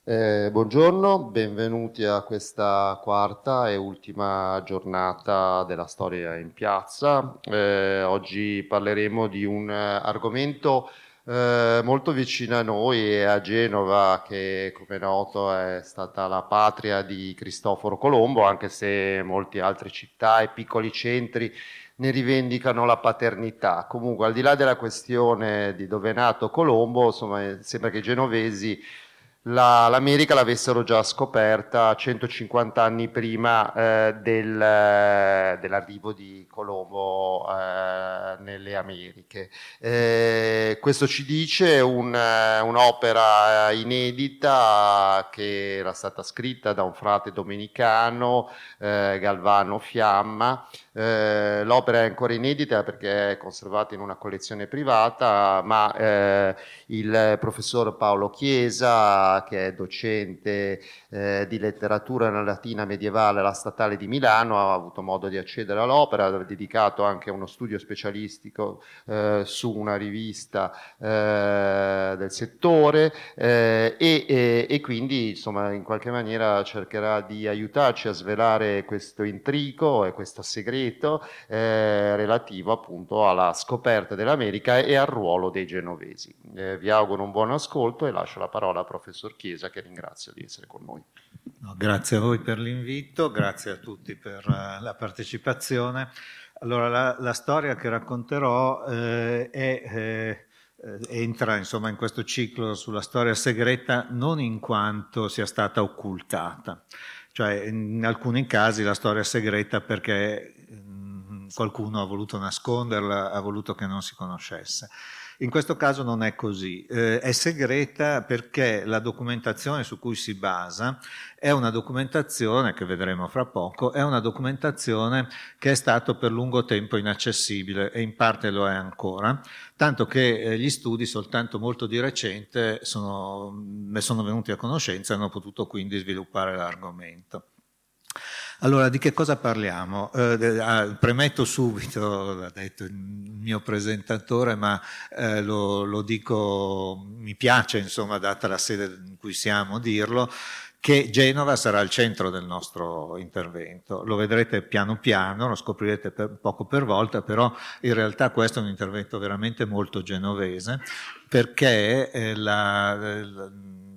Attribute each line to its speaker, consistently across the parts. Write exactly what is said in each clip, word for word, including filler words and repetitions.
Speaker 1: Eh, buongiorno, benvenuti a questa quarta e ultima giornata della storia in piazza. Eh, oggi parleremo di un eh, argomento eh, molto vicino a noi e a Genova, che come è noto è stata la patria di Cristoforo Colombo, anche se molte altre città e piccoli centri ne rivendicano la paternità. Comunque, al di là della questione di dove è nato Colombo, insomma, eh, sembra che i genovesi la- l'America l'avessero già scoperta centocinquanta anni prima eh, del, eh, dell'arrivo di Colombo eh, nelle Americhe. Eh, questo ci dice un, eh, un'opera inedita che era stata scritta da un frate domenicano, eh, Galvano Fiamma. Eh, l'opera è ancora inedita perché è conservata in una collezione privata, ma eh, il professor Paolo Chiesa, che è docente eh, di letteratura latina medievale alla Statale di Milano, ha avuto modo di accedere all'opera, ha dedicato anche uno studio specialistico eh, su una rivista eh, del settore eh, e, e, e quindi insomma in qualche maniera cercherà di aiutarci a svelare questo intrigo e questo segreto eh, relativo appunto alla scoperta dell'America e al ruolo dei genovesi. Eh, vi auguro un buon ascolto e lascio la parola al professor Chiesa, che ringrazio di essere con noi.
Speaker 2: No, grazie a voi per l'invito, grazie a tutti per uh, la partecipazione. Allora, la, la storia che racconterò eh, è, eh, entra insomma in questo ciclo sulla storia segreta non in quanto sia stata occultata, cioè in alcuni casi la storia segreta perché mh, qualcuno ha voluto nasconderla, ha voluto che non si conoscesse. In questo caso non è così, eh, è segreta perché la documentazione su cui si basa è una documentazione, che vedremo fra poco, è una documentazione che è stata per lungo tempo inaccessibile e in parte lo è ancora, tanto che eh, gli studi soltanto molto di recente sono, ne sono venuti a conoscenza e hanno potuto quindi sviluppare l'argomento. Allora, di che cosa parliamo? Eh, ah, premetto subito, l'ha detto il mio presentatore, ma eh, lo, lo dico, mi piace, insomma, data la sede in cui siamo, dirlo, che Genova sarà il centro del nostro intervento. Lo vedrete piano piano, lo scoprirete per, poco per volta, però in realtà questo è un intervento veramente molto genovese, perché eh, la, la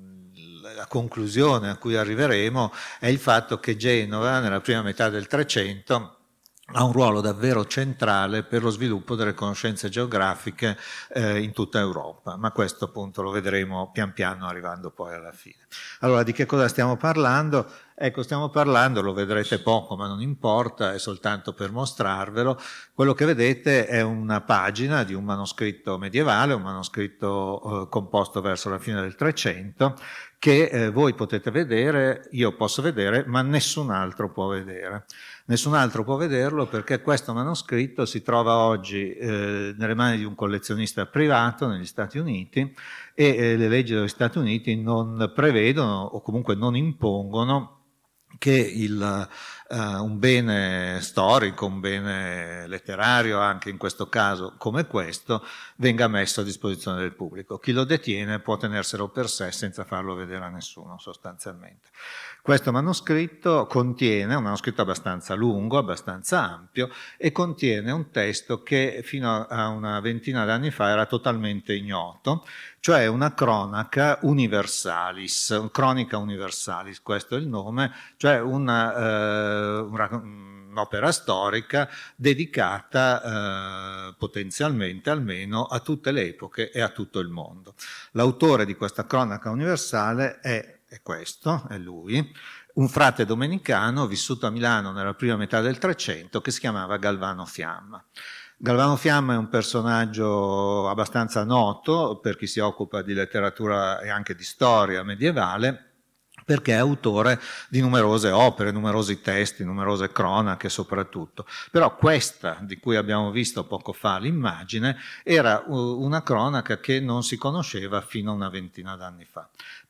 Speaker 2: la conclusione a cui arriveremo è il fatto che Genova, nella prima metà del Trecento, ha un ruolo davvero centrale per lo sviluppo delle conoscenze geografiche eh, in tutta Europa, ma questo appunto lo vedremo pian piano arrivando poi alla fine. Allora, di che cosa stiamo parlando? Ecco, stiamo parlando, lo vedrete poco ma non importa, è soltanto per mostrarvelo. Quello che vedete è una pagina di un manoscritto medievale, un manoscritto eh, composto verso la fine del Trecento, che eh, voi potete vedere, io posso vedere, ma nessun altro può vedere. Nessun altro può vederlo perché questo manoscritto si trova oggi eh, nelle mani di un collezionista privato negli Stati Uniti e eh, le leggi degli Stati Uniti non prevedono o comunque non impongono che il, uh, un bene storico, un bene letterario, anche in questo caso come questo, venga messo a disposizione del pubblico. Chi lo detiene può tenerselo per sé senza farlo vedere a nessuno, sostanzialmente. Questo manoscritto contiene, un manoscritto abbastanza lungo, abbastanza ampio, e contiene un testo che fino a una ventina d'anni fa era totalmente ignoto, cioè una cronaca universalis, cronica universalis, questo è il nome, cioè una, eh, un'opera storica dedicata eh, potenzialmente almeno a tutte le epoche e a tutto il mondo. L'autore di questa cronaca universale è, è questo, è lui, un frate domenicano vissuto a Milano nella prima metà del Trecento che si chiamava Galvano Fiamma. Galvano Fiamma è un personaggio abbastanza noto per chi si occupa di letteratura e anche di storia medievale, perché è autore di numerose opere, numerosi testi, numerose cronache soprattutto. Però questa, di cui abbiamo visto poco fa l'immagine, era una cronaca che non si conosceva fino a una ventina d'anni fa.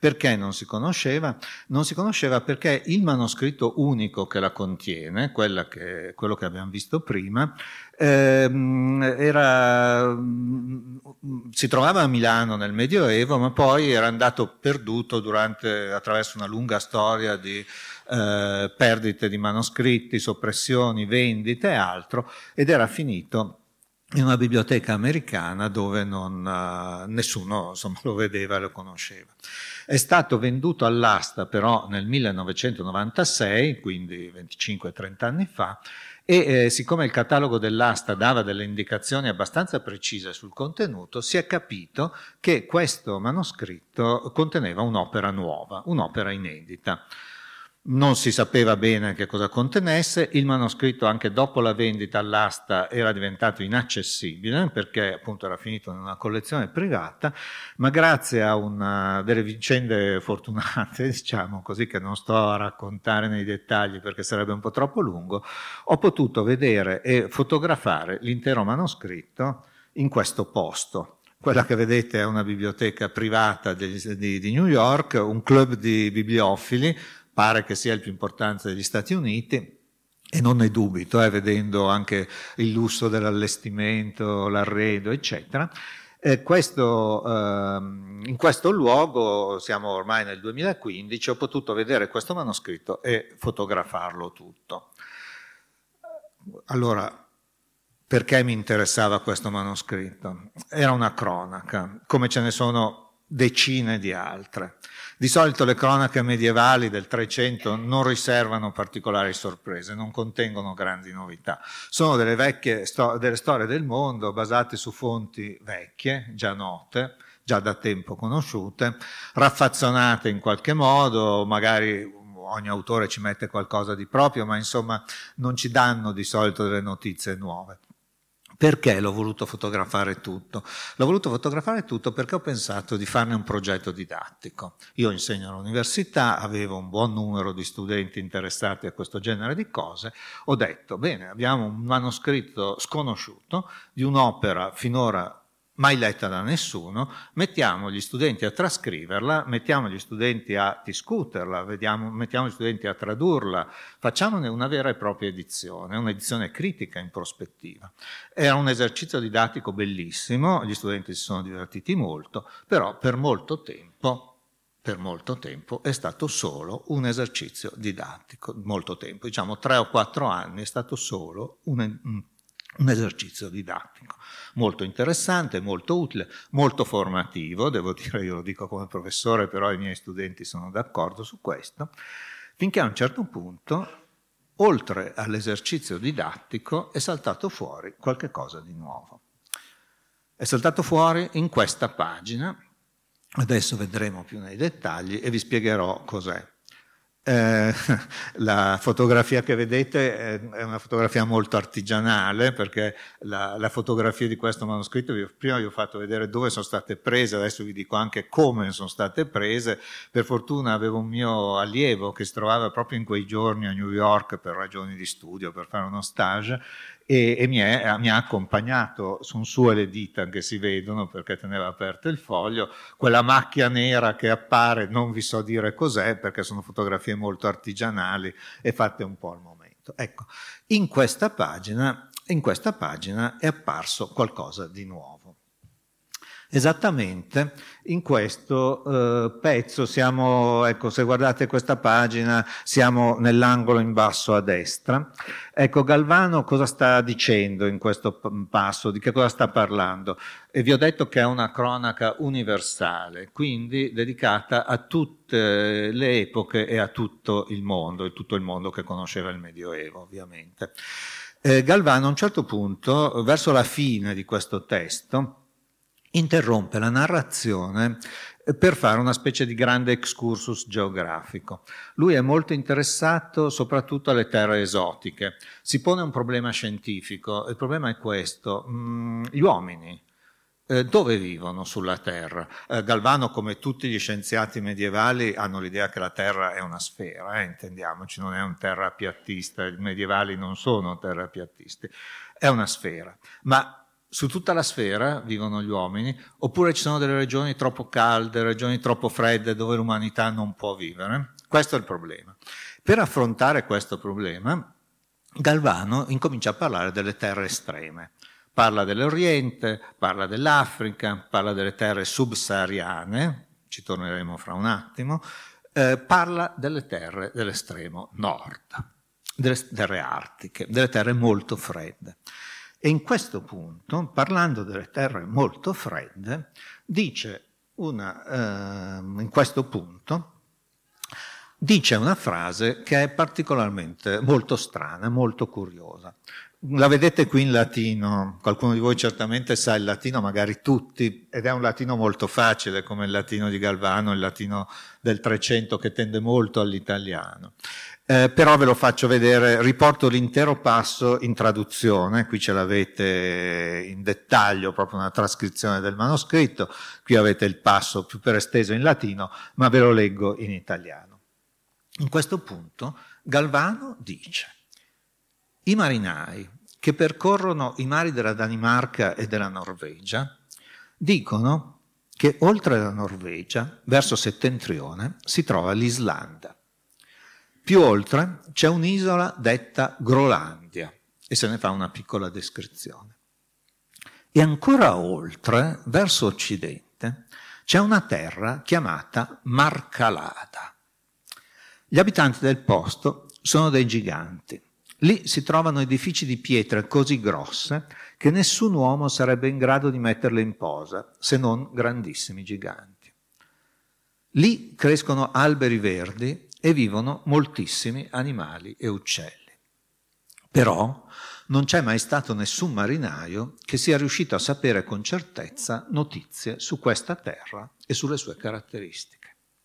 Speaker 2: Perché non si conosceva? Non si conosceva perché il manoscritto unico che la contiene, quella che, quello che abbiamo visto prima, ehm, era, si trovava a Milano nel Medioevo, ma poi era andato perduto durante, attraverso una lunga storia di eh, perdite di manoscritti, soppressioni, vendite e altro, ed era finito in una biblioteca americana dove non, uh, nessuno insomma, lo vedeva e lo conosceva. È stato venduto all'asta però nel millenovecentonovantasei, quindi venticinque trenta anni fa, e eh, siccome il catalogo dell'asta dava delle indicazioni abbastanza precise sul contenuto, si è capito che questo manoscritto conteneva un'opera nuova, un'opera inedita. Non si sapeva bene che cosa contenesse, il manoscritto anche dopo la vendita all'asta era diventato inaccessibile perché appunto era finito in una collezione privata, ma grazie a una delle vicende fortunate, diciamo così, che non sto a raccontare nei dettagli perché sarebbe un po' troppo lungo, ho potuto vedere e fotografare l'intero manoscritto in questo posto. Quella che vedete è una biblioteca privata di, di, di New York, un club di bibliofili, pare che sia il più importante degli Stati Uniti, e non ne dubito, eh, vedendo anche il lusso dell'allestimento, l'arredo, eccetera. Eh, questo, eh, in questo luogo, siamo ormai nel duemilaquindici, ho potuto vedere questo manoscritto e fotografarlo tutto. Allora, perché mi interessava questo manoscritto? Era una cronaca, come ce ne sono decine di altre. Di solito le cronache medievali del Trecento non riservano particolari sorprese, non contengono grandi novità. Sono delle vecchie sto- delle storie del mondo basate su fonti vecchie, già note, già da tempo conosciute, raffazzonate in qualche modo, magari ogni autore ci mette qualcosa di proprio, ma insomma non ci danno di solito delle notizie nuove. Perché l'ho voluto fotografare tutto? L'ho voluto fotografare tutto perché ho pensato di farne un progetto didattico. Io insegno all'università, avevo un buon numero di studenti interessati a questo genere di cose, ho detto, bene, abbiamo un manoscritto sconosciuto di un'opera finora mai letta da nessuno, mettiamo gli studenti a trascriverla, mettiamo gli studenti a discuterla, vediamo, mettiamo gli studenti a tradurla, facciamone una vera e propria edizione, un'edizione critica in prospettiva. Era un esercizio didattico bellissimo, gli studenti si sono divertiti molto, però per molto tempo, per molto tempo è stato solo un esercizio didattico, molto tempo, diciamo tre o quattro anni è stato solo un, un esercizio didattico. Molto interessante, molto utile, molto formativo, devo dire, io lo dico come professore, però i miei studenti sono d'accordo su questo, finché a un certo punto, oltre all'esercizio didattico, è saltato fuori qualche cosa di nuovo. È saltato fuori in questa pagina, adesso vedremo più nei dettagli e vi spiegherò cos'è. Eh, la fotografia che vedete è una fotografia molto artigianale perché la, la fotografia di questo manoscritto, vi, prima vi ho fatto vedere dove sono state prese, adesso vi dico anche come sono state prese. Per fortuna avevo un mio allievo che si trovava proprio in quei giorni a New York per ragioni di studio, per fare uno stage, e, e mi, è, mi ha accompagnato, sono sue le dita che si vedono perché teneva aperto il foglio, quella macchia nera che appare non vi so dire cos'è perché sono fotografie molto artigianali e fatte un po' al momento. Ecco, in questa pagina, in questa pagina è apparso qualcosa di nuovo. Esattamente in questo eh, pezzo siamo, ecco, se guardate questa pagina, siamo nell'angolo in basso a destra. Ecco, Galvano cosa sta dicendo in questo passo, di che cosa sta parlando? E vi ho detto che è una cronaca universale, quindi dedicata a tutte le epoche e a tutto il mondo, e tutto il mondo che conosceva il Medioevo, ovviamente. Eh, Galvano a un certo punto, verso la fine di questo testo, interrompe la narrazione per fare una specie di grande excursus geografico. Lui è molto interessato soprattutto alle terre esotiche. Si pone un problema scientifico, il problema è questo, gli uomini eh, dove vivono sulla Terra? Eh, Galvano, come tutti gli scienziati medievali, hanno l'idea che la Terra è una sfera, eh, intendiamoci, non è un terrapiattista, i medievali non sono terrapiattisti, è una sfera, ma su tutta la sfera vivono gli uomini, oppure ci sono delle regioni troppo calde, regioni troppo fredde dove l'umanità non può vivere? Questo è il problema. Per affrontare questo problema, Galvano incomincia a parlare delle terre estreme. Parla dell'Oriente, parla dell'Africa, parla delle terre subsahariane, ci torneremo fra un attimo, eh, parla delle terre dell'estremo nord, delle terre artiche, delle terre molto fredde. E in questo punto, parlando delle terre molto fredde, dice una, eh, in questo punto, dice una frase che è particolarmente molto strana, molto curiosa. La vedete qui in latino, qualcuno di voi certamente sa il latino, magari tutti, ed è un latino molto facile come il latino di Galvano, il latino del Trecento che tende molto all'italiano. Eh, però ve lo faccio vedere, riporto l'intero passo in traduzione, qui ce l'avete in dettaglio, proprio una trascrizione del manoscritto, qui avete il passo più per esteso in latino, ma ve lo leggo in italiano. In questo punto Galvano dice: i marinai che percorrono i mari della Danimarca e della Norvegia dicono che oltre la Norvegia, verso settentrione, si trova l'Islanda. Più oltre c'è un'isola detta Grolandia e se ne fa una piccola descrizione. E ancora oltre, verso occidente, c'è una terra chiamata Marcalada. Gli abitanti del posto sono dei giganti. Lì si trovano edifici di pietre così grosse che nessun uomo sarebbe in grado di metterle in posa, se non grandissimi giganti. Lì crescono alberi verdi e vivono moltissimi animali e uccelli. Però non c'è mai stato nessun marinaio che sia riuscito a sapere con certezza notizie su questa terra e sulle sue caratteristiche.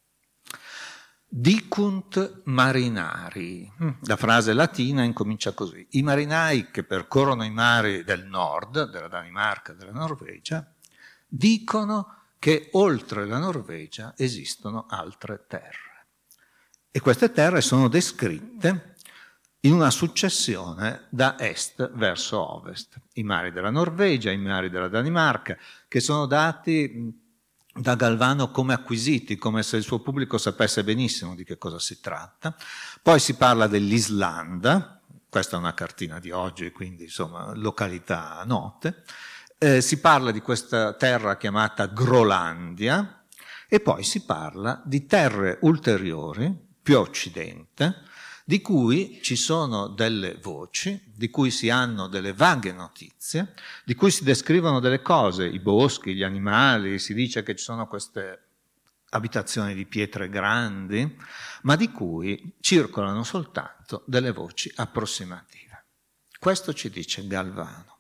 Speaker 2: Dicunt marinari, la frase latina incomincia così: i marinai che percorrono i mari del nord, della Danimarca, della Norvegia, dicono che oltre la Norvegia esistono altre terre. E queste terre sono descritte in una successione da est verso ovest. I mari della Norvegia, i mari della Danimarca, che sono dati da Galvano come acquisiti, come se il suo pubblico sapesse benissimo di che cosa si tratta. Poi si parla dell'Islanda, questa è una cartina di oggi, quindi insomma località note. Eh, si parla di questa terra chiamata Grolandia e poi si parla di terre ulteriori, più a occidente, di cui ci sono delle voci, di cui si hanno delle vaghe notizie, di cui si descrivono delle cose, i boschi, gli animali, si dice che ci sono queste abitazioni di pietre grandi, ma di cui circolano soltanto delle voci approssimative. Questo ci dice Galvano.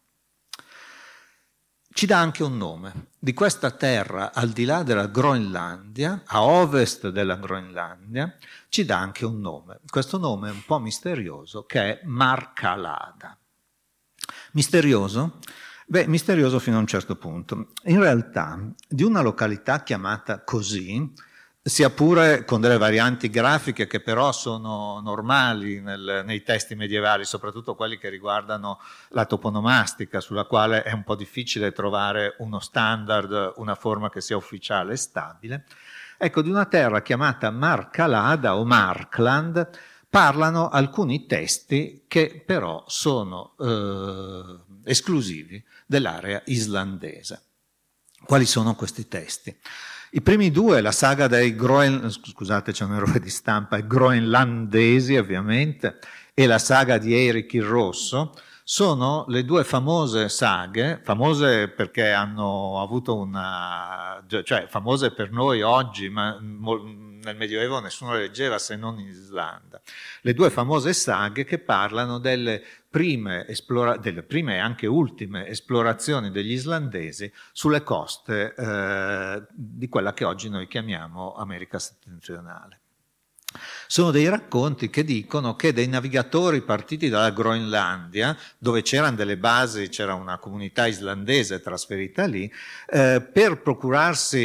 Speaker 2: Ci dà anche un nome. Di questa terra, al di là della Groenlandia, a ovest della Groenlandia, ci dà anche un nome. Questo nome è un po' misterioso, che è Marcalada. Misterioso? Beh, misterioso fino a un certo punto. In realtà, di una località chiamata così, sia pure con delle varianti grafiche che però sono normali nel, nei testi medievali, soprattutto quelli che riguardano la toponomastica, sulla quale è un po' difficile trovare uno standard, una forma che sia ufficiale e stabile. Ecco, di una terra chiamata Marcalada o Markland parlano alcuni testi che però sono eh, esclusivi dell'area islandese. Quali sono questi testi? I primi due, la saga dei Groen, scusate c'è un errore di stampa, i groenlandesi ovviamente, e la saga di Eirik il Rosso, sono le due famose saghe, famose perché hanno avuto una, cioè famose per noi oggi, ma nel Medioevo nessuno le leggeva se non in Islanda. Le due famose saghe che parlano delle prime, esplora, delle prime e anche ultime esplorazioni degli islandesi sulle coste eh, di quella che oggi noi chiamiamo America settentrionale. Sono dei racconti che dicono che dei navigatori partiti dalla Groenlandia, dove c'erano delle basi, c'era una comunità islandese trasferita lì, eh, per procurarsi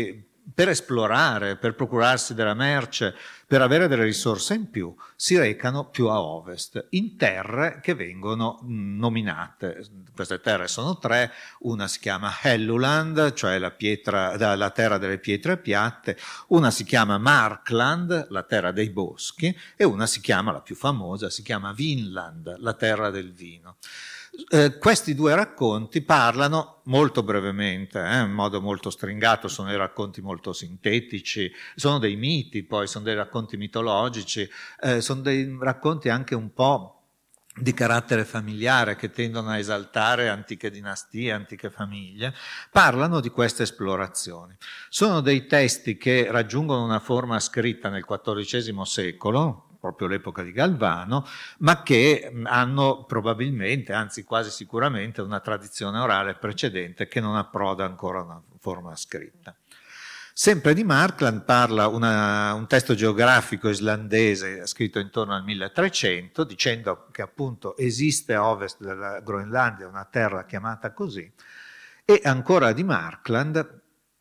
Speaker 2: per esplorare, per procurarsi della merce, per avere delle risorse in più, si recano più a ovest, in terre che vengono nominate. Queste terre sono tre, una si chiama Helluland, cioè la, pietra, la terra delle pietre piatte, una si chiama Markland, la terra dei boschi, e una si chiama, la più famosa, si chiama Vinland, la terra del vino. Eh, questi due racconti parlano molto brevemente, eh, in modo molto stringato, sono dei racconti molto sintetici, sono dei miti, poi sono dei racconti mitologici, eh, sono dei racconti anche un po' di carattere familiare che tendono a esaltare antiche dinastie, antiche famiglie, parlano di queste esplorazioni. Sono dei testi che raggiungono una forma scritta nel quattordicesimo secolo, proprio l'epoca di Galvano, ma che hanno probabilmente, anzi quasi sicuramente, una tradizione orale precedente che non approda ancora a una forma scritta. Sempre di Markland parla una, un testo geografico islandese scritto intorno al milletrecento, dicendo che appunto esiste a ovest della Groenlandia una terra chiamata così, e ancora di Markland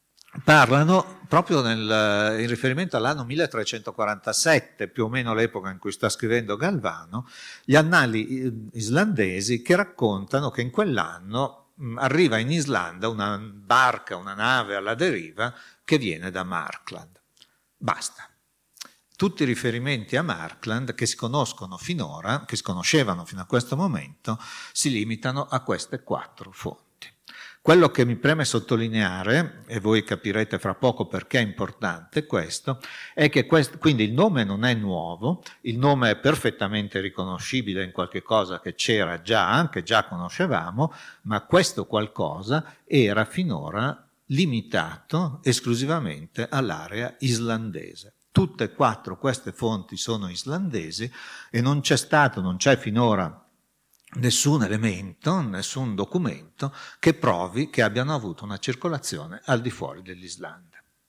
Speaker 2: parlano proprio nel, in riferimento all'anno milletrecentoquarantasette, più o meno l'epoca in cui sta scrivendo Galvano, gli annali islandesi che raccontano che in quell'anno mh, arriva in Islanda una barca, una nave alla deriva che viene da Markland. Basta. Tutti i riferimenti a Markland che si conoscono finora, che si conoscevano fino a questo momento, si limitano a queste quattro fonti. Quello che mi preme sottolineare, e voi capirete fra poco perché è importante questo, è che questo, quindi il nome non è nuovo, il nome è perfettamente riconoscibile in qualche cosa che c'era già, che già conoscevamo, ma questo qualcosa era finora limitato esclusivamente all'area islandese. Tutte e quattro queste fonti sono islandesi e non c'è stato, non c'è finora nessun elemento, nessun documento che provi che abbiano avuto una circolazione al di fuori dell'Islanda.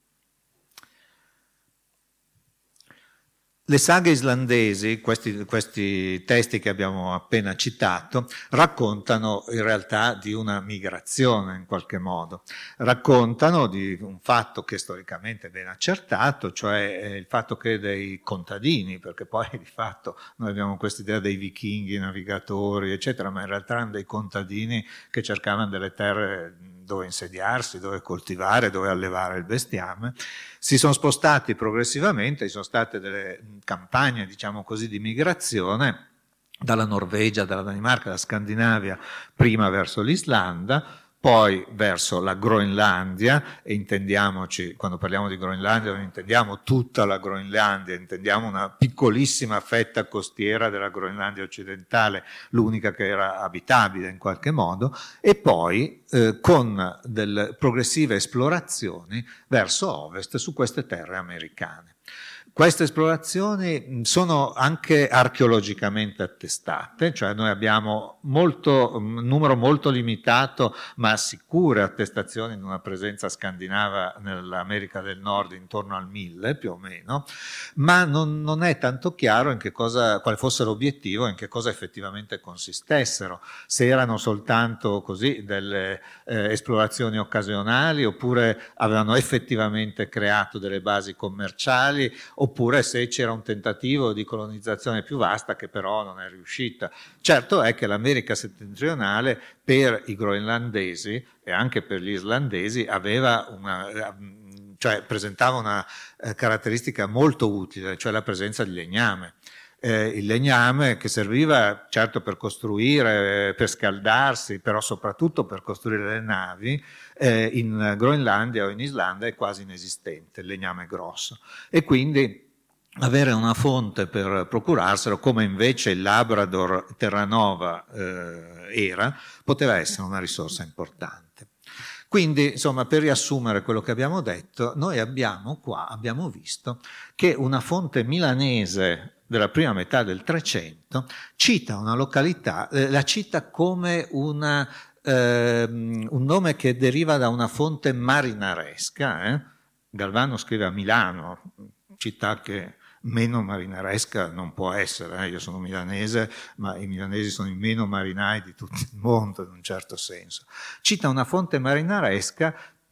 Speaker 2: Le saghe islandesi, questi, questi testi che abbiamo appena citato, raccontano in realtà di una migrazione in qualche modo, raccontano di un fatto che storicamente è ben accertato, cioè il fatto che dei contadini, perché poi di fatto noi abbiamo questa idea dei vichinghi, navigatori, eccetera, ma in realtà erano dei contadini che cercavano delle terre dove insediarsi, dove coltivare, dove allevare il bestiame, si sono spostati progressivamente, ci sono state delle campagne, diciamo così, di migrazione dalla Norvegia, dalla Danimarca, dalla Scandinavia, prima verso l'Islanda, poi verso la Groenlandia, e intendiamoci, quando parliamo di Groenlandia non intendiamo tutta la Groenlandia, intendiamo una piccolissima fetta costiera della Groenlandia occidentale, l'unica che era abitabile in qualche modo, e poi eh, con delle progressive esplorazioni verso ovest su queste terre americane. Queste esplorazioni sono anche archeologicamente attestate, cioè noi abbiamo molto, un numero molto limitato ma sicure attestazioni di una presenza scandinava nell'America del Nord intorno al mille più o meno, ma non, non è tanto chiaro in che cosa, quale fosse l'obiettivo, in che cosa effettivamente consistessero, se erano soltanto così delle eh, esplorazioni occasionali oppure avevano effettivamente creato delle basi commerciali, oppure se c'era un tentativo di colonizzazione più vasta che però non è riuscita. Certo è che l'America settentrionale per i groenlandesi e anche per gli islandesi aveva una, cioè presentava una eh, caratteristica molto utile, cioè la presenza di legname. Eh, il legname che serviva certo per costruire, per scaldarsi, però soprattutto per costruire le navi, eh, in Groenlandia o in Islanda è quasi inesistente, il legname grosso. E quindi avere una fonte per procurarselo, come invece il Labrador Terranova eh, era, poteva essere una risorsa importante. Quindi, insomma, per riassumere quello che abbiamo detto, noi abbiamo qua, abbiamo visto che una fonte milanese della prima metà del Trecento cita una località, eh, la cita come una, eh, un nome che deriva da una fonte marinaresca. Eh? Galvano scrive a Milano, città che meno marinaresca non può essere, eh? Io sono milanese, ma i milanesi sono i meno marinai di tutto il mondo in un certo senso. Cita una fonte marinaresca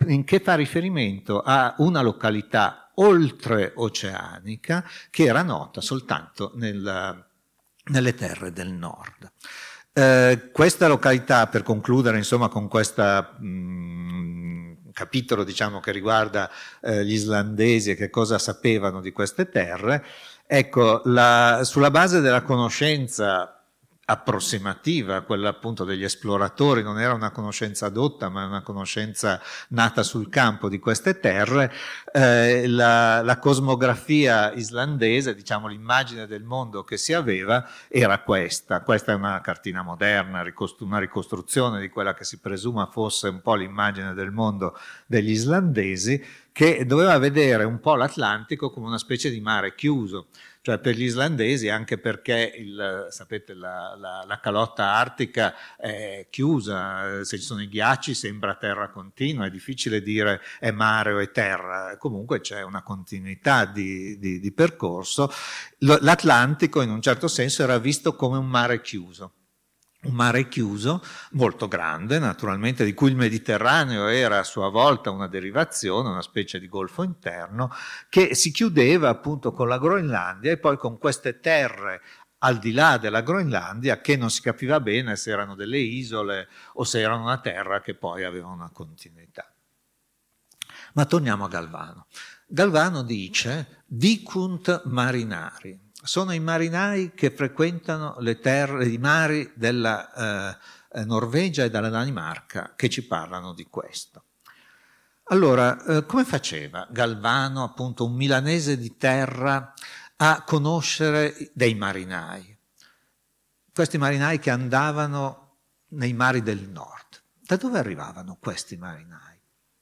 Speaker 2: in che fa riferimento a una località oltreoceanica che era nota soltanto nel, nelle terre del nord. Eh, questa località, per concludere insomma con questo capitolo diciamo, che riguarda eh, gli islandesi e che cosa sapevano di queste terre, ecco, la, sulla base della conoscenza approssimativa, quella appunto degli esploratori, non era una conoscenza adotta ma una conoscenza nata sul campo di queste terre, eh, la, la cosmografia islandese, diciamo l'immagine del mondo che si aveva era questa. Questa è una cartina moderna, una ricostruzione di quella che si presuma fosse un po' l'immagine del mondo degli islandesi, che doveva vedere un po' l'Atlantico come una specie di mare chiuso. Cioè per gli islandesi, anche perché il, sapete, la, la, la calotta artica è chiusa, se ci sono i ghiacci sembra terra continua, è difficile dire è mare o è terra, comunque c'è una continuità di, di, di percorso. L'Atlantico in un certo senso era visto come un mare chiuso. Un mare chiuso, molto grande naturalmente, di cui il Mediterraneo era a sua volta una derivazione, una specie di golfo interno, che si chiudeva appunto con la Groenlandia e poi con queste terre al di là della Groenlandia che non si capiva bene se erano delle isole o se erano una terra che poi aveva una continuità. Ma torniamo a Galvano. Galvano dice dicunt marinari. Sono i marinai che frequentano le terre, i mari della eh, Norvegia e della Danimarca che ci parlano di questo. Allora, eh, come faceva Galvano, appunto un milanese di terra, a conoscere dei marinai? Questi marinai che andavano nei mari del nord. Da dove arrivavano questi marinai?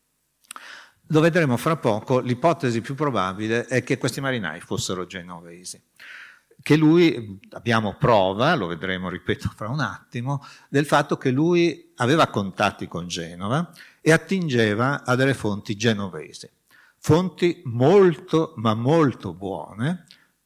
Speaker 2: Lo vedremo fra poco, l'ipotesi più probabile è che questi marinai fossero genovesi. Che lui, abbiamo prova, lo vedremo, ripeto, fra un attimo, del fatto che lui aveva contatti con Genova e attingeva a delle fonti genovesi. Fonti molto, ma molto buone,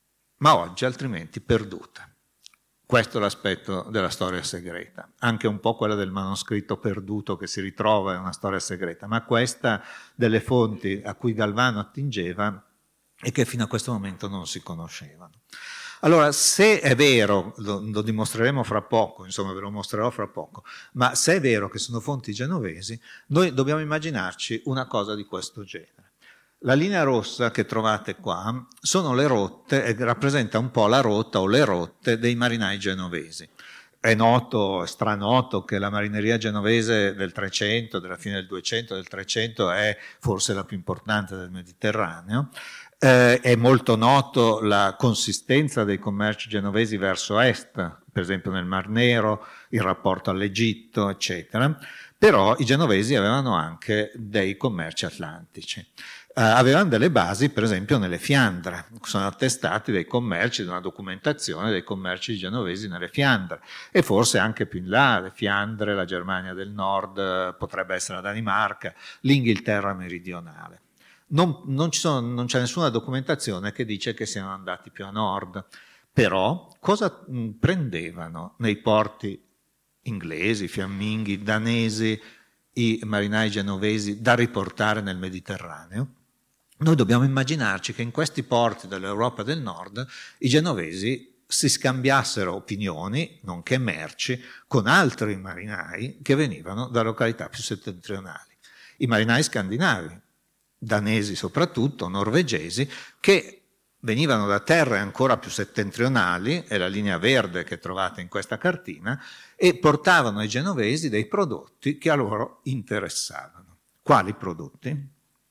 Speaker 2: ma oggi altrimenti perdute. Questo è l'aspetto della storia segreta, anche un po' quella del manoscritto perduto che si ritrova è una storia segreta, ma questa delle fonti a cui Galvano attingeva e che fino a questo momento non si conoscevano. Allora, se è vero, lo, lo dimostreremo fra poco, insomma ve lo mostrerò fra poco, ma se è vero che sono fonti genovesi, noi dobbiamo immaginarci una cosa di questo genere. La linea rossa che trovate qua sono le rotte, e rappresenta un po' la rotta o le rotte dei marinai genovesi. È noto, è stranoto che la marineria genovese del trecento, della fine del duecento, del trecento è forse la più importante del Mediterraneo. Eh, è molto noto la consistenza dei commerci genovesi verso est, per esempio nel Mar Nero, il rapporto all'Egitto, eccetera. Però i genovesi avevano anche dei commerci atlantici. Uh, avevano delle basi, per esempio, nelle Fiandre. Sono attestati dei commerci, di una documentazione dei commerci genovesi nelle Fiandre. E forse anche più in là, le Fiandre, la Germania del Nord, potrebbe essere la Danimarca, l'Inghilterra meridionale. Non, non, ci sono, non c'è nessuna documentazione che dice che siano andati più a nord. Però, cosa mh, prendevano nei porti inglesi, fiamminghi, danesi, i marinai genovesi da riportare nel Mediterraneo? Noi dobbiamo immaginarci che in questi porti dell'Europa del Nord i genovesi si scambiassero opinioni, nonché merci, con altri marinai che venivano da località più settentrionali. I marinai scandinavi, danesi soprattutto, norvegesi, che venivano da terre ancora più settentrionali, è la linea verde che trovate in questa cartina, e portavano ai genovesi dei prodotti che a loro interessavano. Quali prodotti?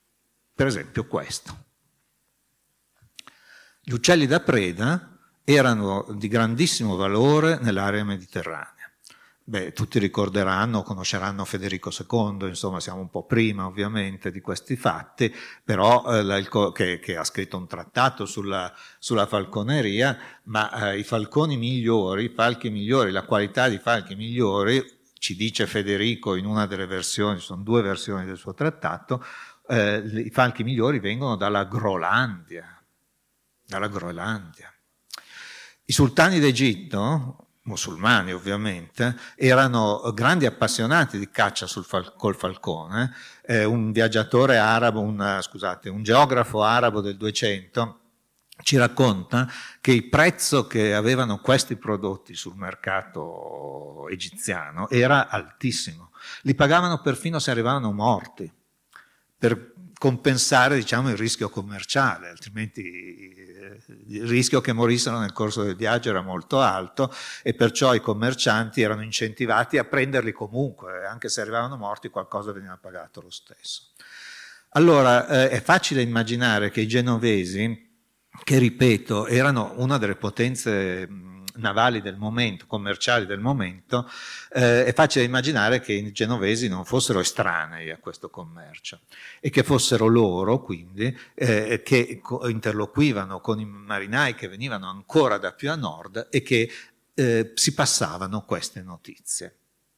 Speaker 2: Per esempio questo. Gli uccelli da preda erano di grandissimo valore nell'area mediterranea. Beh, tutti ricorderanno, conosceranno Federico secondo, insomma siamo un po' prima ovviamente di questi fatti, però eh, il, che, che ha scritto un trattato sulla, sulla falconeria, ma eh, i falconi migliori, i falchi migliori, la qualità di falchi migliori, ci dice Federico in una delle versioni, sono due versioni del suo trattato, eh, i falchi migliori vengono dalla Groenlandia, dalla Groenlandia. I sultani d'Egitto, musulmani ovviamente, erano grandi appassionati di caccia sul fal- col falcone. Eh, un viaggiatore arabo, un, scusate, un geografo arabo del duecento ci racconta che il prezzo che avevano questi prodotti sul mercato egiziano era altissimo. Li pagavano perfino se arrivavano morti, per compensare, diciamo, il rischio commerciale, altrimenti il rischio che morissero nel corso del viaggio era molto alto e perciò i commercianti erano incentivati a prenderli comunque, anche se arrivavano morti qualcosa veniva pagato lo stesso. Allora eh, è facile immaginare che i genovesi, che ripeto erano una delle potenze navali del momento, commerciali del momento, eh, è facile immaginare che i genovesi non fossero estranei a questo commercio e che fossero loro, quindi, eh, che interloquivano con i marinai che venivano ancora da più a nord e che eh, si passavano queste notizie.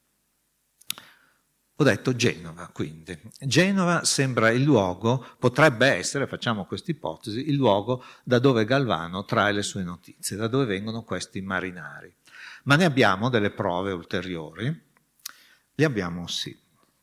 Speaker 2: Ho detto Genova, quindi. Genova sembra il luogo, potrebbe essere, facciamo questa ipotesi, il luogo da dove Galvano trae le sue notizie, da dove vengono questi marinari. Ma ne abbiamo delle prove ulteriori? Le abbiamo sì.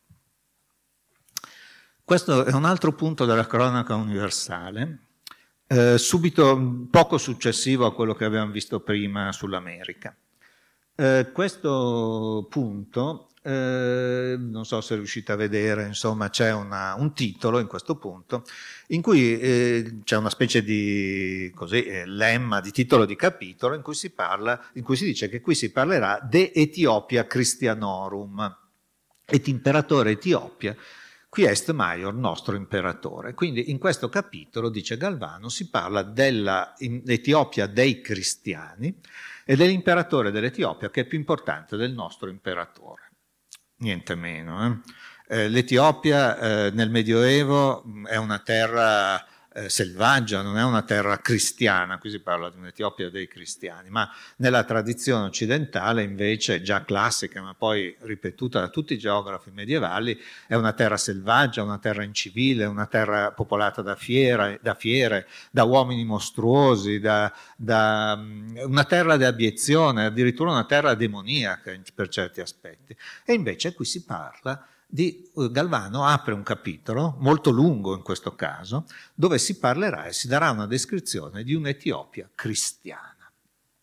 Speaker 2: Questo è un altro punto della cronaca universale, eh, subito poco successivo a quello che abbiamo visto prima sull'America. Eh, questo punto... Eh, non so se riuscite a vedere, insomma c'è una, un titolo in questo punto in cui eh, c'è una specie di così, eh, lemma di titolo di capitolo in cui si parla, in cui si dice che qui si parlerà de Etiopia Christianorum et imperatore Etiopia qui est maior nostro imperatore. Quindi in questo capitolo, dice Galvano, si parla dell'Etiopia dei cristiani e dell'imperatore dell'Etiopia che è più importante del nostro imperatore. Niente meno. Eh. Eh, L'Etiopia eh, nel Medioevo è una terra eh, selvaggia, non è una terra cristiana, qui si parla di un'Etiopia dei cristiani, ma nella tradizione occidentale invece, già classica, ma poi ripetuta da tutti i geografi medievali, è una terra selvaggia, una terra incivile, una terra popolata da, fiera, da fiere, da uomini mostruosi, da, da, una terra di abiezione, addirittura una terra demoniaca per certi aspetti. E invece qui si parla di Galvano, apre un capitolo molto lungo in questo caso, dove si parlerà e si darà una descrizione di un'Etiopia cristiana.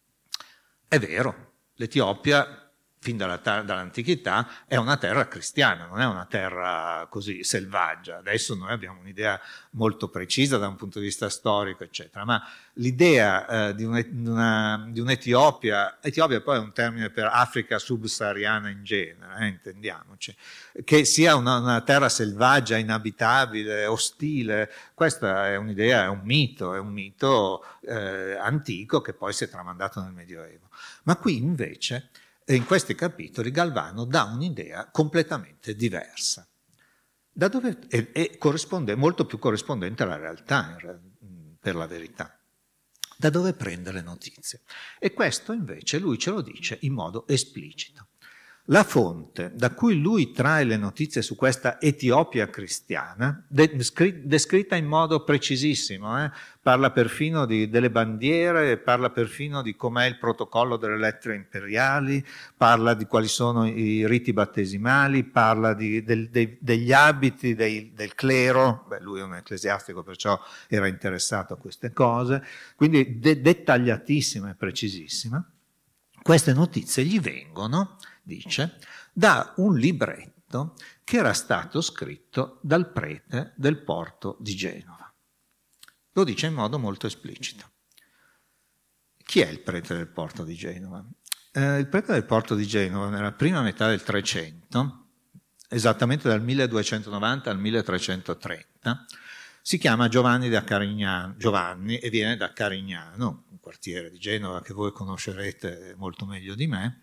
Speaker 2: È vero, l'Etiopia fin dalla, dall'antichità è una terra cristiana, non è una terra così selvaggia. Adesso noi abbiamo un'idea molto precisa da un punto di vista storico, eccetera, ma l'idea eh, di, un, di, una, di un'Etiopia, Etiopia poi è un termine per Africa subsahariana in genere, eh, intendiamoci, che sia una, una terra selvaggia, inabitabile, ostile, questa è un'idea, è un mito, è un mito eh, antico che poi si è tramandato nel Medioevo. Ma qui invece in questi capitoli Galvano dà un'idea completamente diversa, da dove, e, e corrisponde, molto più corrispondente alla realtà, per la verità. Da dove prende le notizie? E questo invece lui ce lo dice in modo esplicito. La fonte da cui lui trae le notizie su questa Etiopia cristiana, descritta in modo precisissimo, eh? Parla perfino di, delle bandiere, parla perfino di com'è il protocollo delle lettere imperiali, parla di quali sono i riti battesimali, parla di, del, dei, degli abiti dei, del clero. Beh, lui è un ecclesiastico, perciò era interessato a queste cose, quindi de- dettagliatissima e precisissima. Queste notizie gli vengono, dice, da un libretto che era stato scritto dal prete del porto di Genova. Lo dice in modo molto esplicito. Chi è il prete del porto di Genova? Eh, il prete del porto di Genova, nella prima metà del Trecento, esattamente dal milleduecentonovanta al milletrecentotrenta, si chiama Giovanni da Carignano, Giovanni e viene da Carignano, un quartiere di Genova che voi conoscerete molto meglio di me,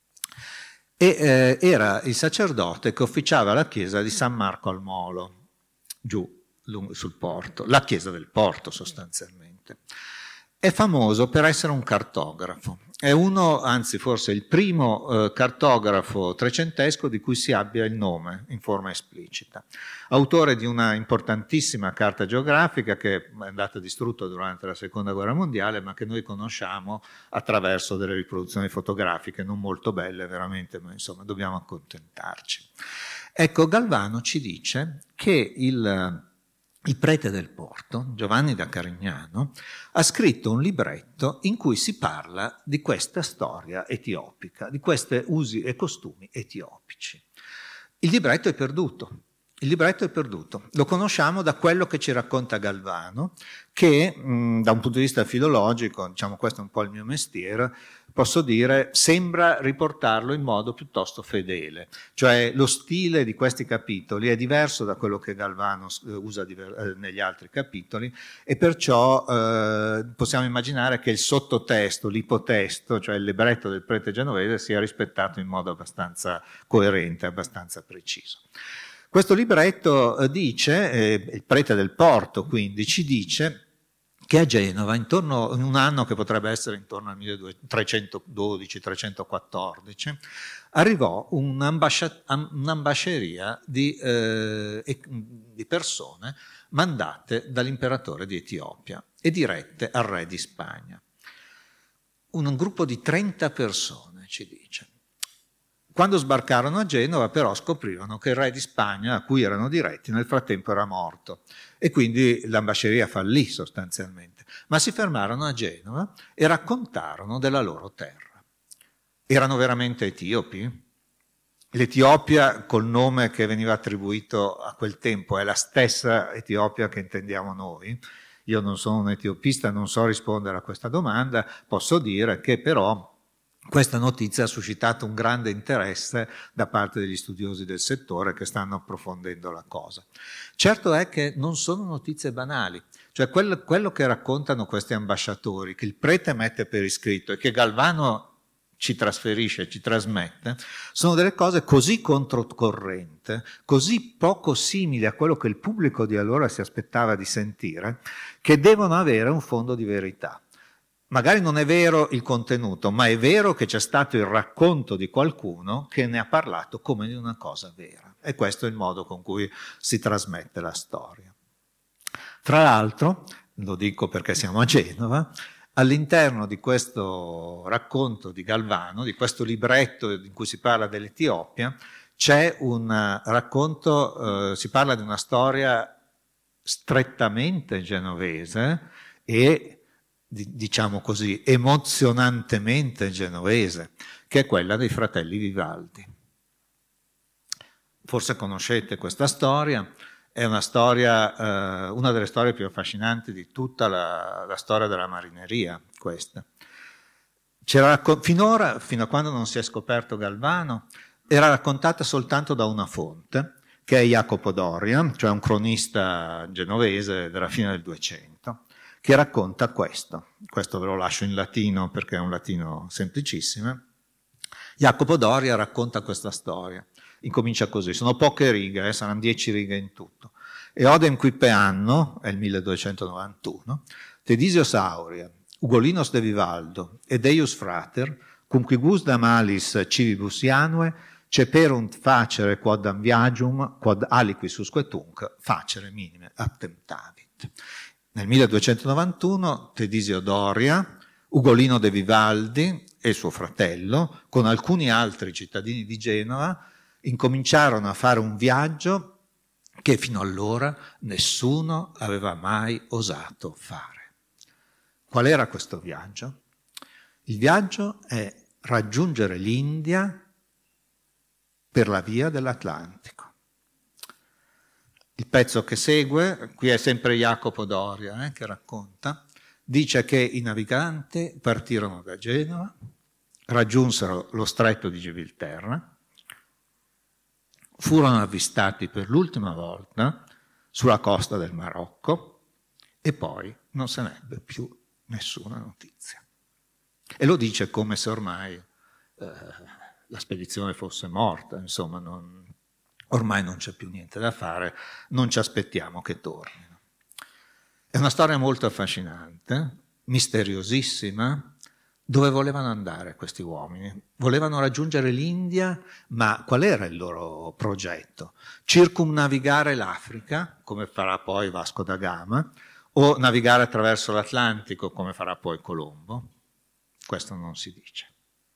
Speaker 2: e eh, era il sacerdote che officiava la chiesa di San Marco al Molo, giù sul porto, la chiesa del porto sostanzialmente. È famoso per essere un cartografo è uno, anzi forse il primo eh, cartografo trecentesco di cui si abbia il nome in forma esplicita. Autore di una importantissima carta geografica che è andata distrutta durante la Seconda Guerra Mondiale, ma che noi conosciamo attraverso delle riproduzioni fotografiche non molto belle veramente, ma insomma dobbiamo accontentarci. Ecco, Galvano ci dice che il... Il prete del Porto, Giovanni da Carignano, ha scritto un libretto in cui si parla di questa storia etiopica, di questi usi e costumi etiopici. Il libretto è perduto. Il libretto è perduto. Lo conosciamo da quello che ci racconta Galvano, che mh, da un punto di vista filologico, diciamo questo è un po' il mio mestiere, posso dire, sembra riportarlo in modo piuttosto fedele. Cioè lo stile di questi capitoli è diverso da quello che Galvano eh, usa diver- eh, negli altri capitoli e perciò eh, possiamo immaginare che il sottotesto, l'ipotesto, cioè il libretto del prete genovese sia rispettato in modo abbastanza coerente, abbastanza preciso. Questo libretto eh, dice, eh, il prete del Porto quindi ci dice che a Genova, intorno, in un anno che potrebbe essere intorno al milletrecentododici trecentoquattordici, arrivò un'ambasceria di, eh, di persone mandate dall'imperatore di Etiopia e dirette al re di Spagna. Un gruppo di trenta persone, ci dice. Quando sbarcarono a Genova però scoprirono che il re di Spagna a cui erano diretti nel frattempo era morto e quindi l'ambasceria fallì sostanzialmente, ma si fermarono a Genova e raccontarono della loro terra. Erano veramente etiopi? L'Etiopia col nome che veniva attribuito a quel tempo è la stessa Etiopia che intendiamo noi? Io non sono un etiopista, non so rispondere a questa domanda, posso dire che però questa notizia ha suscitato un grande interesse da parte degli studiosi del settore che stanno approfondendo la cosa. Certo è che non sono notizie banali, cioè quello, quello che raccontano questi ambasciatori, che il prete mette per iscritto e che Galvano ci trasferisce, ci trasmette, sono delle cose così controcorrente, così poco simili a quello che il pubblico di allora si aspettava di sentire, che devono avere un fondo di verità. Magari non è vero il contenuto, ma è vero che c'è stato il racconto di qualcuno che ne ha parlato come di una cosa vera. E questo è il modo con cui si trasmette la storia. Tra l'altro, lo dico perché siamo a Genova, all'interno di questo racconto di Galvano, di questo libretto in cui si parla dell'Etiopia, c'è un racconto, eh, si parla di una storia strettamente genovese e diciamo così, emozionantemente genovese, che è quella dei fratelli Vivaldi. Forse conoscete questa storia, è una storia, eh, una delle storie più affascinanti di tutta la, la storia della marineria, questa. C'era, finora, fino a quando non si è scoperto Galvano, era raccontata soltanto da una fonte, che è Jacopo Doria, cioè un cronista genovese della fine del Duecento, che racconta questo. Questo ve lo lascio in latino perché è un latino semplicissimo. Jacopo Doria racconta questa storia. Incomincia così, sono poche righe, eh, saranno dieci righe in tutto. E odem quippe anno, è il milleduecentonovantuno, Tedisios Aurea, Ugolinos de Vivaldo, ed eius frater, cum qui gusda malis civibus ianue, ceperunt facere quodam viagium, quod aliquis usque tunc, facere minime attemptavit. Nel milleduecentonovantuno Tedisio Doria, Ugolino de Vivaldi e suo fratello, con alcuni altri cittadini di Genova, incominciarono a fare un viaggio che fino allora nessuno aveva mai osato fare. Qual era questo viaggio? Il viaggio è raggiungere l'India per la via dell'Atlantico. Il pezzo che segue, qui è sempre Jacopo Doria eh, che racconta, dice che i naviganti partirono da Genova, raggiunsero lo stretto di Gibilterra, furono avvistati per l'ultima volta sulla costa del Marocco e poi non se ne ebbe più nessuna notizia. E lo dice come se ormai eh, la spedizione fosse morta, insomma, non, ormai non c'è più niente da fare, non ci aspettiamo che tornino. È una storia molto affascinante, misteriosissima, Dove volevano andare questi uomini? Volevano raggiungere l'India, ma qual era il loro progetto? Circumnavigare l'Africa, come farà poi Vasco da Gama, o navigare attraverso l'Atlantico, come farà poi Colombo? Questo non si dice.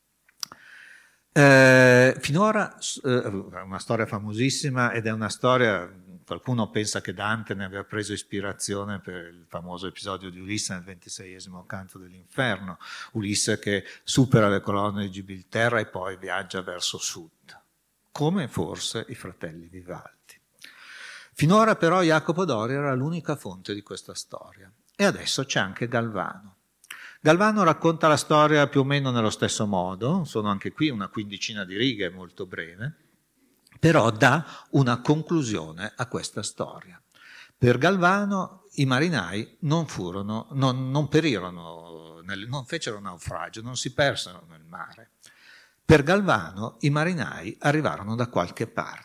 Speaker 2: Eh, finora eh, è una storia famosissima ed è una storia, qualcuno pensa che Dante ne abbia preso ispirazione per il famoso episodio di Ulisse nel ventiseiesimo canto dell'Inferno, Ulisse che supera le colonne di Gibilterra e poi viaggia verso sud, come forse i fratelli Vivaldi. Finora però Jacopo Doria era l'unica fonte di questa storia e adesso c'è anche Galvano. Galvano racconta la storia più o meno nello stesso modo, sono anche qui una quindicina di righe, molto breve, però dà una conclusione a questa storia. Per Galvano i marinai non furono, non, non perirono, nel, non fecero naufragio, non si persero nel mare. Per Galvano i marinai arrivarono da qualche parte.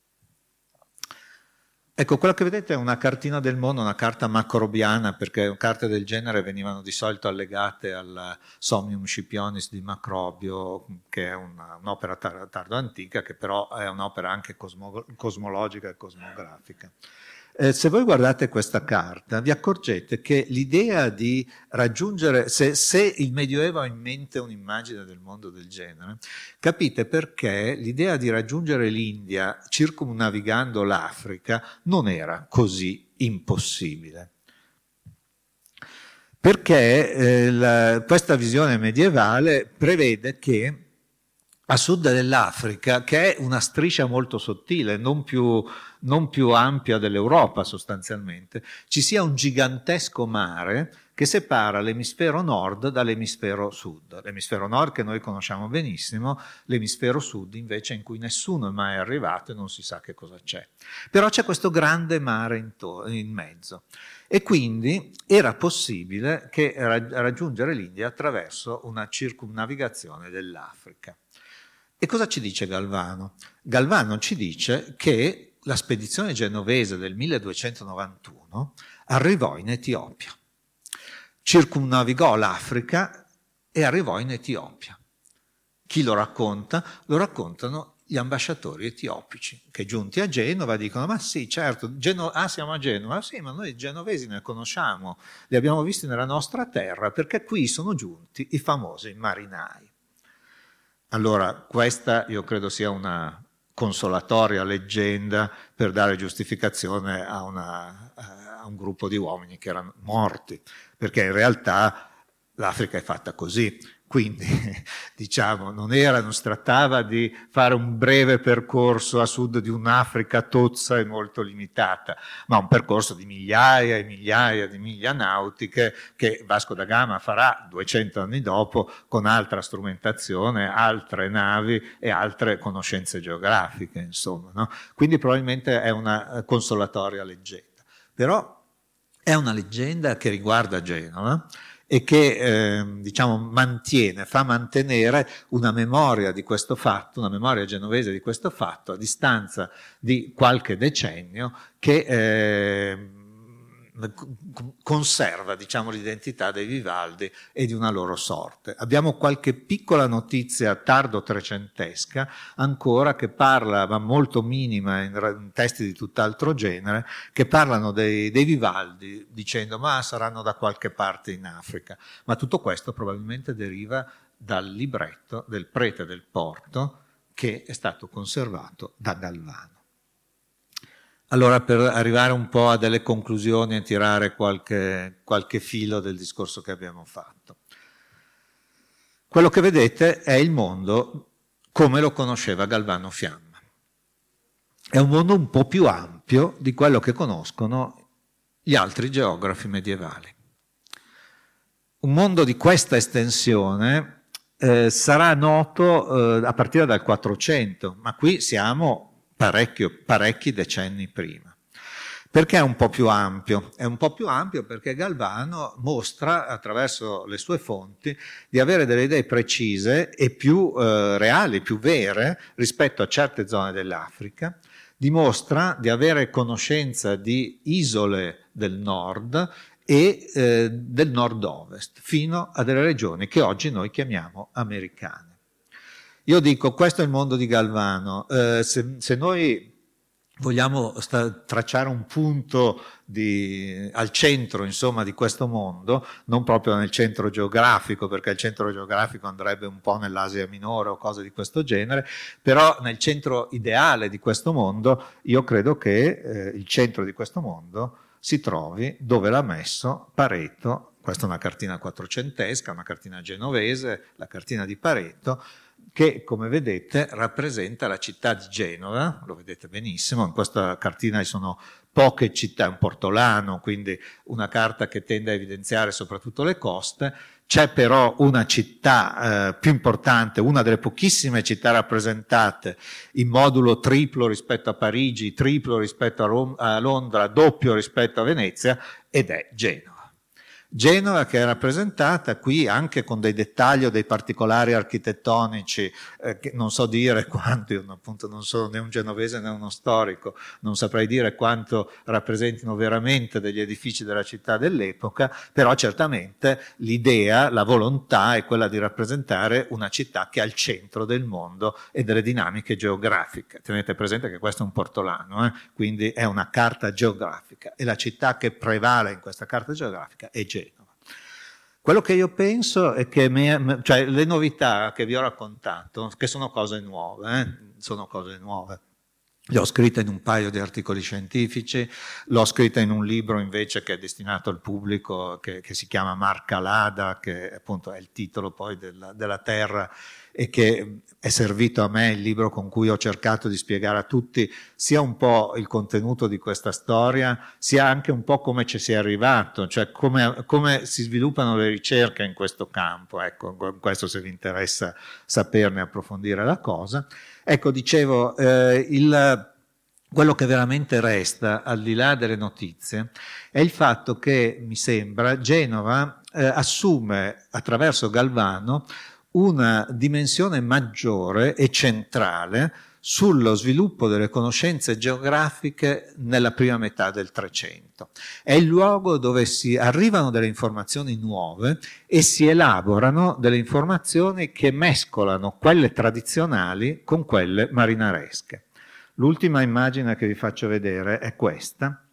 Speaker 2: Ecco, quello che vedete è una cartina del mondo, una carta macrobiana, perché carte del genere venivano di solito allegate al Somnium Scipionis di Macrobio, che è una, un'opera tar- tardo-antica, che però è un'opera anche cosmo- cosmologica e cosmografica. Eh, se voi guardate questa carta vi accorgete che l'idea di raggiungere, se, se il Medioevo ha in mente un'immagine del mondo del genere, capite perché l'idea di raggiungere l'India circumnavigando l'Africa non era così impossibile. Perché eh, la, questa visione medievale prevede che a sud dell'Africa, che è una striscia molto sottile, non più, non più ampia dell'Europa sostanzialmente, ci sia un gigantesco mare che separa l'emisfero nord dall'emisfero sud. L'emisfero nord che noi conosciamo benissimo, l'emisfero sud invece in cui nessuno è mai arrivato e non si sa che cosa c'è. Però c'è questo grande mare in, to- in mezzo e quindi era possibile che raggiungere l'India attraverso una circumnavigazione dell'Africa. E cosa ci dice Galvano? Galvano ci dice che la spedizione genovese del milleduecentonovantuno arrivò in Etiopia, circumnavigò l'Africa e arrivò in Etiopia. Chi lo racconta? Lo raccontano gli ambasciatori etiopici, che giunti a Genova dicono ma sì, certo, Geno- ah siamo a Genova, sì, ma noi genovesi ne conosciamo, li abbiamo visti nella nostra terra perché qui sono giunti i famosi marinai. Allora, questa io credo sia una consolatoria leggenda per dare giustificazione a, una, a un gruppo di uomini che erano morti, perché in realtà l'Africa è fatta così. Quindi, diciamo, non era, non si trattava di fare un breve percorso a sud di un'Africa tozza e molto limitata, ma un percorso di migliaia e migliaia di miglia nautiche che Vasco da Gama farà duecento anni dopo con altra strumentazione, altre navi e altre conoscenze geografiche, insomma, no? Quindi probabilmente è una consolatoria leggenda. Però è una leggenda che riguarda Genova, e che eh, diciamo mantiene, fa mantenere una memoria di questo fatto, una memoria genovese di questo fatto a distanza di qualche decennio che eh, conserva, diciamo, l'identità dei Vivaldi e di una loro sorte. Abbiamo qualche piccola notizia tardo trecentesca ancora che parla, ma molto minima in, in testi di tutt'altro genere, che parlano dei, dei Vivaldi dicendo ma saranno da qualche parte in Africa. Ma tutto questo probabilmente deriva dal libretto del prete del Porto che è stato conservato da Galvano. Allora, per arrivare un po' a delle conclusioni e tirare qualche, qualche filo del discorso che abbiamo fatto. Quello che vedete è il mondo come lo conosceva Galvano Fiamma. È un mondo un po' più ampio di quello che conoscono gli altri geografi medievali. Un mondo di questa estensione eh, sarà noto eh, a partire dal quattrocento, ma qui siamo parecchi decenni prima. Perché è un po' più ampio? È un po' più ampio perché Galvano mostra attraverso le sue fonti di avere delle idee precise e più eh, reali, più vere rispetto a certe zone dell'Africa, dimostra di avere conoscenza di isole del nord e eh, del nord-ovest, fino a delle regioni che oggi noi chiamiamo americane. Io dico, questo è il mondo di Galvano. Eh, se, se noi vogliamo tracciare un punto di, al centro, insomma, di questo mondo, non proprio nel centro geografico, perché il centro geografico andrebbe un po' nell'Asia minore o cose di questo genere, però nel centro ideale di questo mondo, io credo che eh, il centro di questo mondo si trovi dove l'ha messo Pareto. Questa è una cartina quattrocentesca, una cartina genovese, la cartina di Pareto, che come vedete rappresenta la città di Genova, lo vedete benissimo, in questa cartina ci sono poche città, un portolano, quindi una carta che tende a evidenziare soprattutto le coste. C'è però una città eh, più importante, una delle pochissime città rappresentate in modulo triplo rispetto a Parigi, triplo rispetto a, Rom- a Londra, doppio rispetto a Venezia, ed è Genova. Genova che è rappresentata qui anche con dei dettagli o dei particolari architettonici eh, che non so dire quanto, io appunto non sono né un genovese né uno storico, non saprei dire quanto rappresentino veramente degli edifici della città dell'epoca, però certamente l'idea, la volontà è quella di rappresentare una città che è al centro del mondo e delle dinamiche geografiche. Tenete presente che questo è un portolano, eh? Quindi è una carta geografica e la città che prevale in questa carta geografica è Genova. Quello che io penso è che me, cioè, le novità che vi ho raccontato, che sono cose nuove, eh? sono cose nuove. Le ho scritte in un paio di articoli scientifici, l'ho scritta in un libro invece che è destinato al pubblico, che, che si chiama Marca Lada, che appunto è il titolo poi della, della Terra e che è servito a me il libro con cui ho cercato di spiegare a tutti sia un po' il contenuto di questa storia, sia anche un po' come ci si è arrivato, cioè come, come si sviluppano le ricerche in questo campo. Ecco, questo se vi interessa saperne, approfondire la cosa. Ecco, dicevo, eh, il, quello che veramente resta, al di là delle notizie, è il fatto che, mi sembra, Genova eh, assume, attraverso Galvano, una dimensione maggiore e centrale sullo sviluppo delle conoscenze geografiche nella prima metà del Trecento. È il luogo dove si arrivano delle informazioni nuove e si elaborano delle informazioni che mescolano quelle tradizionali con quelle marinaresche. L'ultima immagine che vi faccio vedere è questa.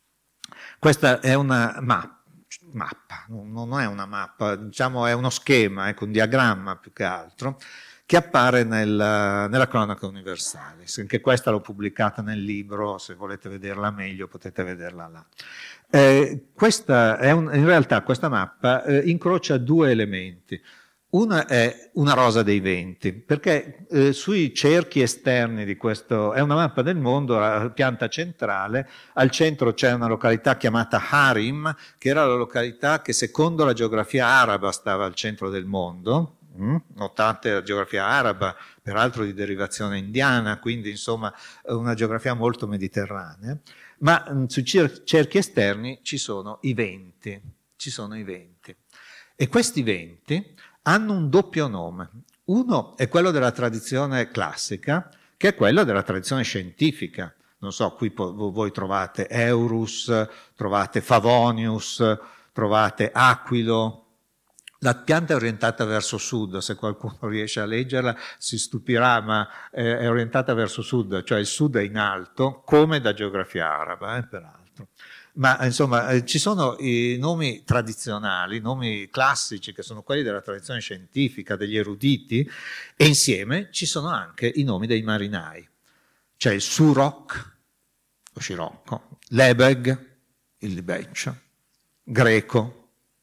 Speaker 2: Questa è una mappa. mappa, non è una mappa, diciamo è uno schema, ecco, un diagramma più che altro, che appare nel, nella Cronaca Universalis. Anche questa l'ho pubblicata nel libro, se volete vederla meglio potete vederla là. Eh, questa è un, in realtà questa mappa eh, incrocia due elementi. Una è una rosa dei venti, perché eh, sui cerchi esterni di questo, è una mappa del mondo, la pianta centrale, al centro c'è una località chiamata Harim, che era la località che secondo la geografia araba stava al centro del mondo. Mm? Notate la geografia araba, peraltro di derivazione indiana, quindi insomma una geografia molto mediterranea, ma mh, sui cer- cerchi esterni ci sono i venti, ci sono i venti. E questi venti hanno un doppio nome. Uno è quello della tradizione classica, che è quello della tradizione scientifica. Non so, qui voi trovate Eurus, trovate Favonius, trovate Aquilo. La pianta è orientata verso sud, se qualcuno riesce a leggerla si stupirà, ma è orientata verso sud, cioè il sud è in alto, come da geografia araba, eh, peraltro. Ma insomma eh, ci sono i nomi tradizionali, i nomi classici che sono quelli della tradizione scientifica, degli eruditi, e insieme ci sono anche i nomi dei marinai. C'è il Surok, lo Scirocco, Lebeg, il Libeccio, Greco.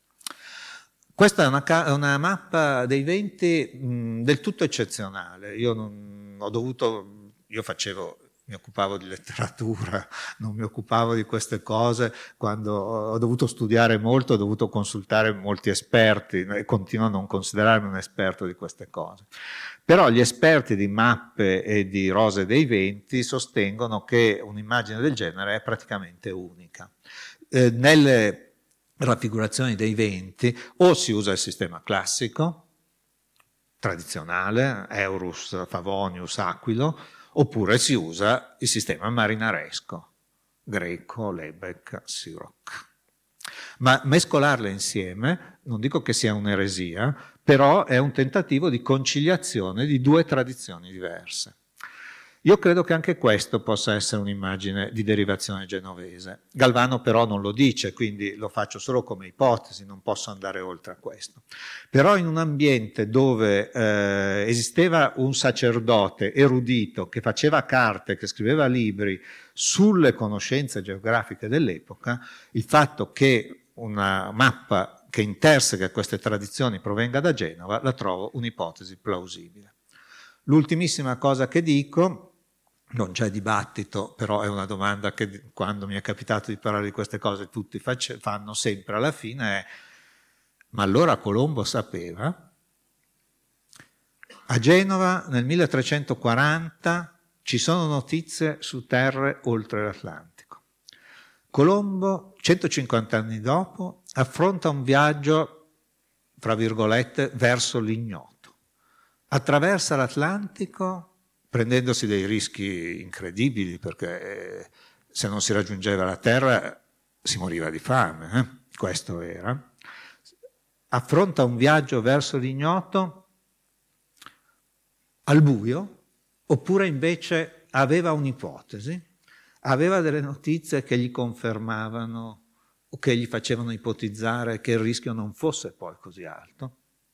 Speaker 2: Questa è una, una mappa dei venti mh, del tutto eccezionale. Io non ho dovuto, io facevo mi occupavo di letteratura, non mi occupavo di queste cose, quando ho dovuto studiare molto, ho dovuto consultare molti esperti e continuo a non considerarmi un esperto di queste cose. Però gli esperti di mappe e di rose dei venti sostengono che un'immagine del genere è praticamente unica. Eh, nelle raffigurazioni dei venti o si usa il sistema classico, tradizionale, Eurus, Favonius, Aquilo, oppure si usa il sistema marinaresco, Greco, Lebek, Sirok. Ma mescolarle insieme, non dico che sia un'eresia, però è un tentativo di conciliazione di due tradizioni diverse. Io credo che anche questo possa essere un'immagine di derivazione genovese. Galvano però non lo dice, quindi lo faccio solo come ipotesi, non posso andare oltre a questo. Però in un ambiente dove eh, esisteva un sacerdote erudito che faceva carte, che scriveva libri sulle conoscenze geografiche dell'epoca, il fatto che una mappa che interseca queste tradizioni provenga da Genova la trovo un'ipotesi plausibile. L'ultimissima cosa che dico, non c'è dibattito, però è una domanda che quando mi è capitato di parlare di queste cose tutti face, fanno sempre alla fine, è: ma allora Colombo sapeva? A Genova nel milletrecentoquaranta ci sono notizie su terre oltre l'Atlantico. Colombo, centocinquanta anni dopo, affronta un viaggio, tra virgolette, verso l'ignoto. Attraversa l'Atlantico prendendosi dei rischi incredibili, perché se non si raggiungeva la terra si moriva di fame, eh? Questo era. Affronta un viaggio verso l'ignoto al buio, oppure invece aveva un'ipotesi, aveva delle notizie che gli confermavano o che gli facevano ipotizzare che il rischio non fosse poi così alto.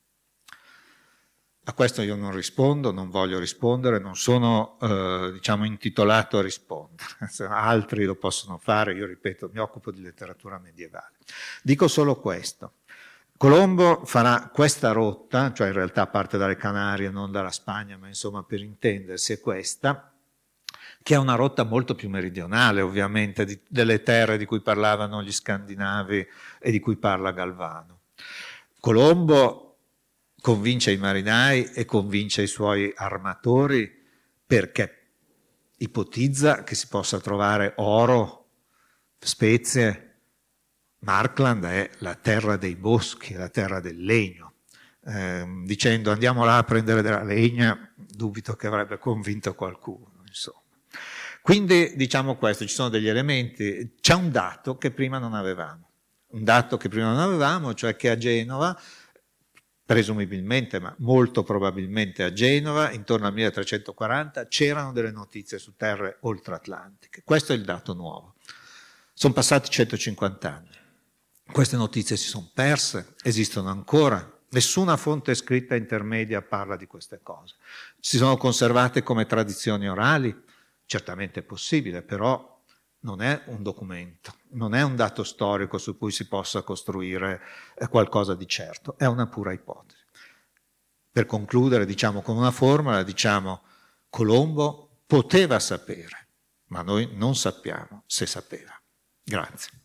Speaker 2: A questo io non rispondo, non voglio rispondere, non sono eh, diciamo intitolato a rispondere, altri lo possono fare, io ripeto, mi occupo di letteratura medievale. Dico solo questo: Colombo farà questa rotta, cioè in realtà parte dalle Canarie, non dalla Spagna, ma insomma per intendersi è questa, che è una rotta molto più meridionale ovviamente di, delle terre di cui parlavano gli scandinavi e di cui parla Galvano. Colombo convince i marinai e convince i suoi armatori perché ipotizza che si possa trovare oro, spezie. Markland è la terra dei boschi, la terra del legno. Eh, dicendo andiamo là a prendere della legna, dubito che avrebbe convinto qualcuno, insomma. Quindi diciamo questo, ci sono degli elementi, c'è un dato che prima non avevamo, un dato che prima non avevamo, cioè che a Genova, presumibilmente, ma molto probabilmente a Genova, intorno al milletrecentoquaranta, c'erano delle notizie su terre oltreatlantiche. Questo è il dato nuovo. Sono passati centocinquanta anni. Queste notizie si sono perse, esistono ancora. Nessuna fonte scritta intermedia parla di queste cose. Si sono conservate come tradizioni orali? Certamente è possibile, però non è un documento, non è un dato storico su cui si possa costruire qualcosa di certo, è una pura ipotesi. Per concludere, diciamo con una formula, diciamo: Colombo poteva sapere, ma noi non sappiamo se sapeva. Grazie.